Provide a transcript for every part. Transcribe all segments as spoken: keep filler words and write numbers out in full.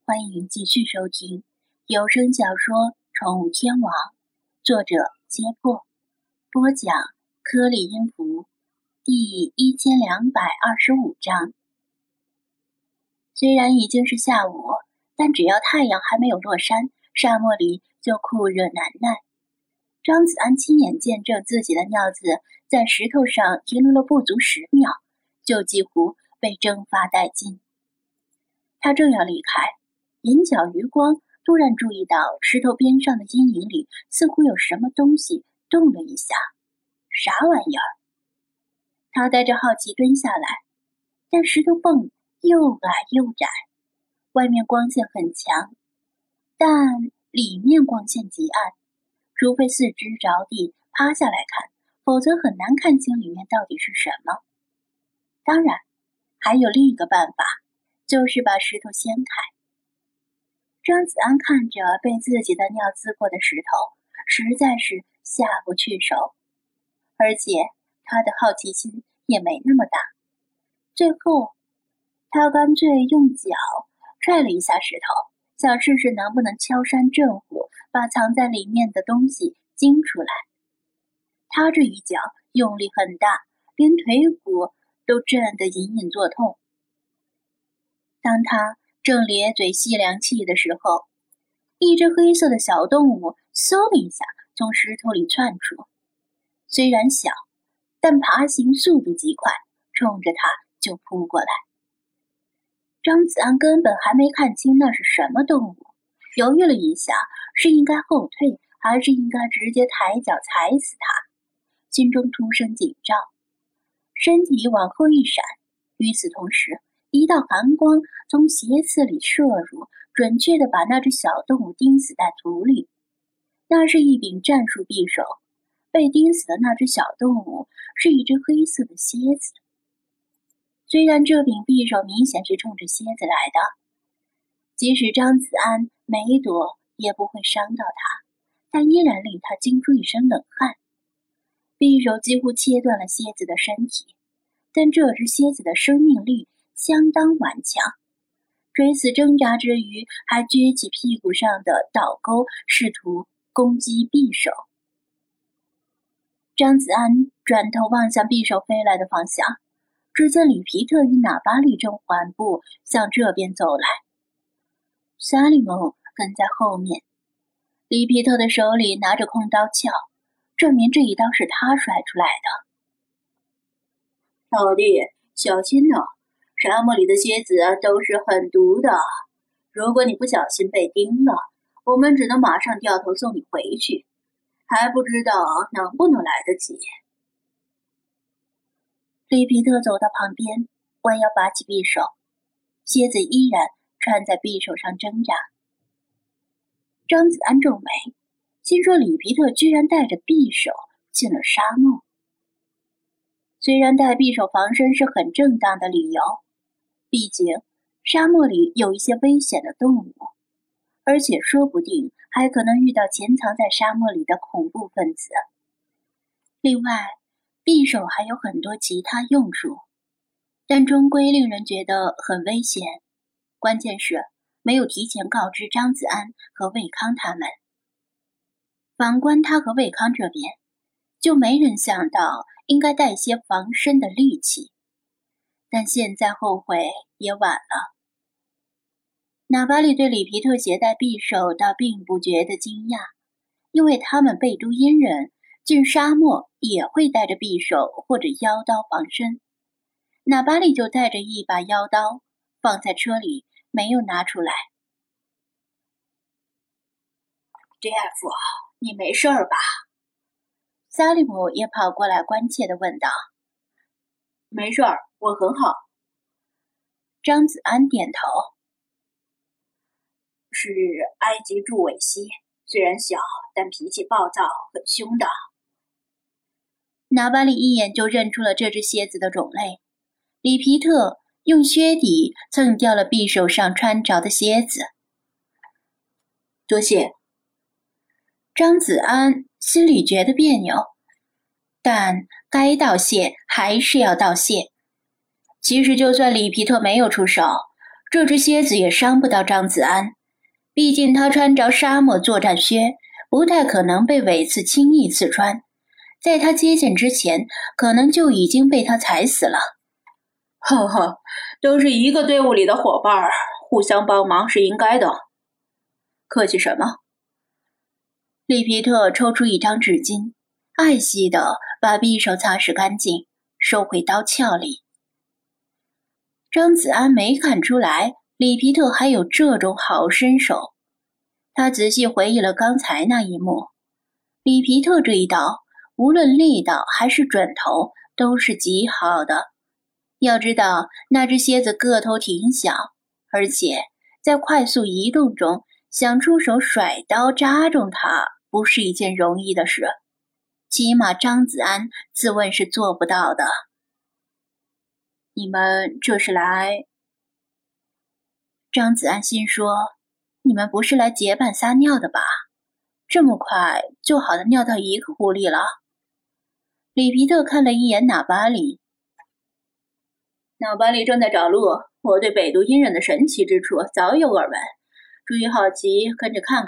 欢迎继续收听有声小说《宠物天王》，作者揭破，播讲颗粒音符，第一千两百二十五章。虽然已经是下午，但只要太阳还没有落山，沙漠里就酷热难耐。张子安亲眼见证自己的尿渍在石头上停留了不足十秒，就几乎被蒸发殆尽。他正要离开，眼角余光突然注意到石头边上的阴影里似乎有什么东西动了一下，啥玩意儿？他带着好奇蹲下来，但石头缝又矮又窄，外面光线很强，但里面光线极暗，除非四肢着地趴下来看，否则很难看清里面到底是什么。当然，还有另一个办法，就是把石头掀开。张子安看着被自己的尿滋过的石头，实在是下不去手，而且他的好奇心也没那么大。最后，他干脆用脚踹了一下石头，想试试能不能敲山震虎，把藏在里面的东西惊出来。他这一脚用力很大，连腿骨都震得隐隐作痛。当他正咧嘴吸凉气的时候，一只黑色的小动物嗖了一下从石头里窜出，虽然小，但爬行速度极快，冲着他就扑过来。张子安根本还没看清那是什么动物，犹豫了一下，是应该后退还是应该直接抬脚踩死它，心中突生紧张，身体往后一闪，与此同时，一道寒光从斜刺里射入，准确地把那只小动物钉死在土里。那是一柄战术匕首，被钉死的那只小动物是一只黑色的蝎子。虽然这柄匕首明显是冲着蝎子来的，即使张子安没躲也不会伤到他，但依然令他惊出一身冷汗。匕首几乎切断了蝎子的身体，但这只蝎子的生命力相当顽强，垂死挣扎之余还撅起屁股上的倒钩，试图攻击匕首。张子安转头望向匕首飞来的方向，只见里皮特与纳巴利正缓步向这边走来，萨利蒙跟在后面。里皮特的手里拿着空刀鞘，证明这一刀是他甩出来的。 老弟，小心呐、啊！沙漠里的蝎子都是很毒的，如果你不小心被叮了，我们只能马上掉头送你回去，还不知道能不能来得及。 里皮特走到旁边，弯腰拔起匕首，蝎子依然缠在匕首上挣扎。张子安皱眉，心说里皮特居然带着匕首进了沙漠。虽然带匕首防身是很正当的理由，毕竟沙漠里有一些危险的动物，而且说不定还可能遇到潜藏在沙漠里的恐怖分子。另外，匕首还有很多其他用处，但终归令人觉得很危险。关键是没有提前告知张子安和魏康他们。反观他和魏康这边，就没人想到应该带些防身的利器，但现在后悔也晚了。纳巴利对里皮特携带匕首倒并不觉得惊讶，因为他们贝都因人进沙漠也会带着匕首或者腰刀防身。纳巴利就带着一把腰刀放在车里，没有拿出来。 杰夫，你没事儿吧？ 萨利姆也跑过来关切地问道。 没事儿，我很好。 张子安点头。 是埃及柱尾蜥，虽然小，但脾气暴躁，很凶的。 纳巴利一眼就认出了这只蝎子的种类。里皮特用靴底蹭掉了匕首上穿着的蝎子。 多谢。 张子安心里觉得别扭，但该道谢还是要道谢。其实就算里皮特没有出手， 这只蝎子也伤不到张子安，毕竟他穿着沙漠作战靴，不太可能被尾刺轻易刺穿。在他接近之前，可能就已经被他踩死了。 呵呵，都是一个队伍里的伙伴，互相帮忙是应该的。客气什么？ 利皮特抽出一张纸巾，爱惜地把匕首擦拭干净，收回刀鞘里。张子安没看出来利皮特还有这种好身手，他仔细回忆了刚才那一幕。利皮特这一刀，无论力道还是准头，都是极好的。要知道，那只蝎子个头挺小，而且在快速移动中想出手甩刀扎中它，不是一件容易的事。起码张子安自问是做不到的。你们这是来……张子安心说，你们不是来结伴撒尿的吧？这么快就好的尿到一个壶里了。里皮特看了一眼纳巴里， 纳巴里正在找路，我对北都阴人的神奇之处早有耳闻，出于好奇跟着看看。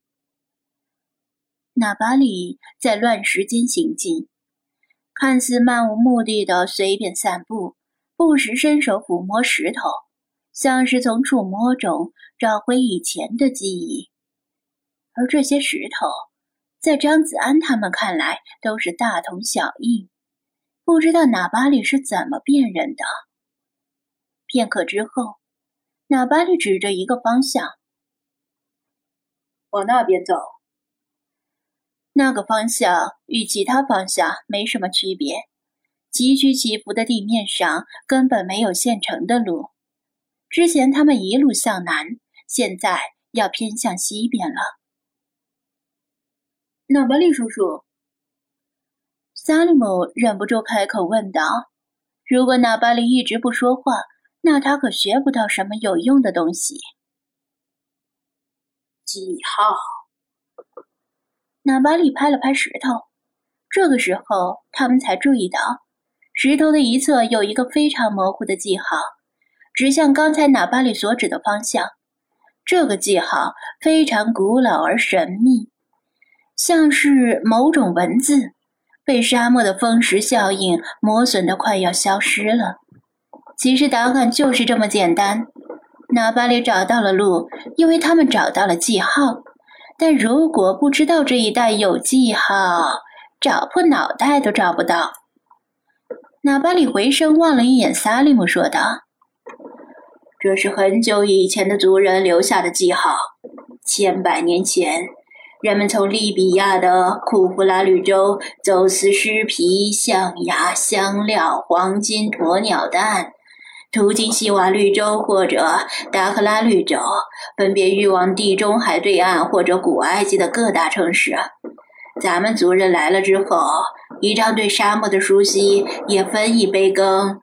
纳巴里在乱石间行进，看似漫无目的的随便散步，不时伸手抚摸石头，像是从触摸中找回以前的记忆。而这些石头在张子安他们看来都是大同小异，不知道纳巴里是怎么辨认的。片刻之后，纳巴里指着一个方向， 往那边走。 那个方向与其他方向没什么区别，崎岖起伏的地面上根本没有现成的路。之前他们一路向南，现在要偏向西边了。 纳巴利叔叔， 萨利姆忍不住开口问道。如果纳巴利一直不说话，那他可学不到什么有用的东西。 记号。 纳巴利拍了拍石头，这个时候他们才注意到，石头的一侧有一个非常模糊的记号，指向刚才纳巴利所指的方向。这个记号非常古老而神秘，像是某种文字，被沙漠的风蚀效应磨损得快要消失了。其实答案就是这么简单，纳巴利找到了路，因为他们找到了记号。但如果不知道这一带有记号，找破脑袋都找不到。纳巴里回身望了一眼萨利姆，说道： 这是很久以前的族人留下的记号，千百年前，人们从利比亚的库夫拉绿洲走私狮皮、象牙、香料、黄金、鸵鸟蛋，途经西瓦绿洲或者达克拉绿洲，分别运往地中海对岸或者古埃及的各大城市。咱们族人来了之后，依仗对沙漠的熟悉，也分一杯羹。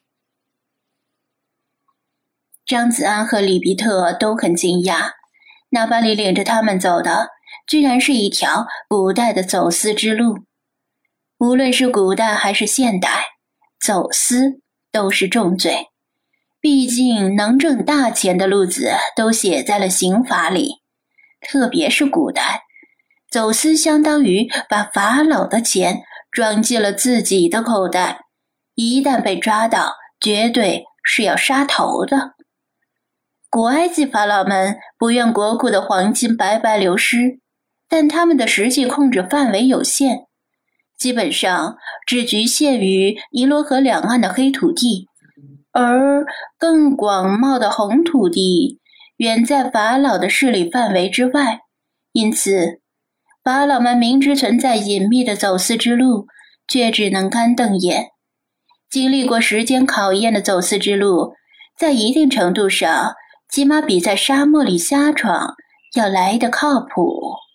张子安和里比特都很惊讶，纳巴里领着他们走的居然是一条古代的走私之路。无论是古代还是现代，走私都是重罪，毕竟能挣大钱的路子都写在了刑法里。特别是古代，走私相当于把法老的钱装进了自己的口袋，一旦被抓到，绝对是要杀头的。古埃及法老们不愿国库的黄金白白流失，但他们的实际控制范围有限，基本上只局限于尼罗河两岸的黑土地，而更广袤的红土地远在法老的势力范围之外。因此，法老们明知存在隐秘的走私之路，却只能干瞪眼。经历过时间考验的走私之路，在一定程度上起码比在沙漠里瞎闯要来得靠谱。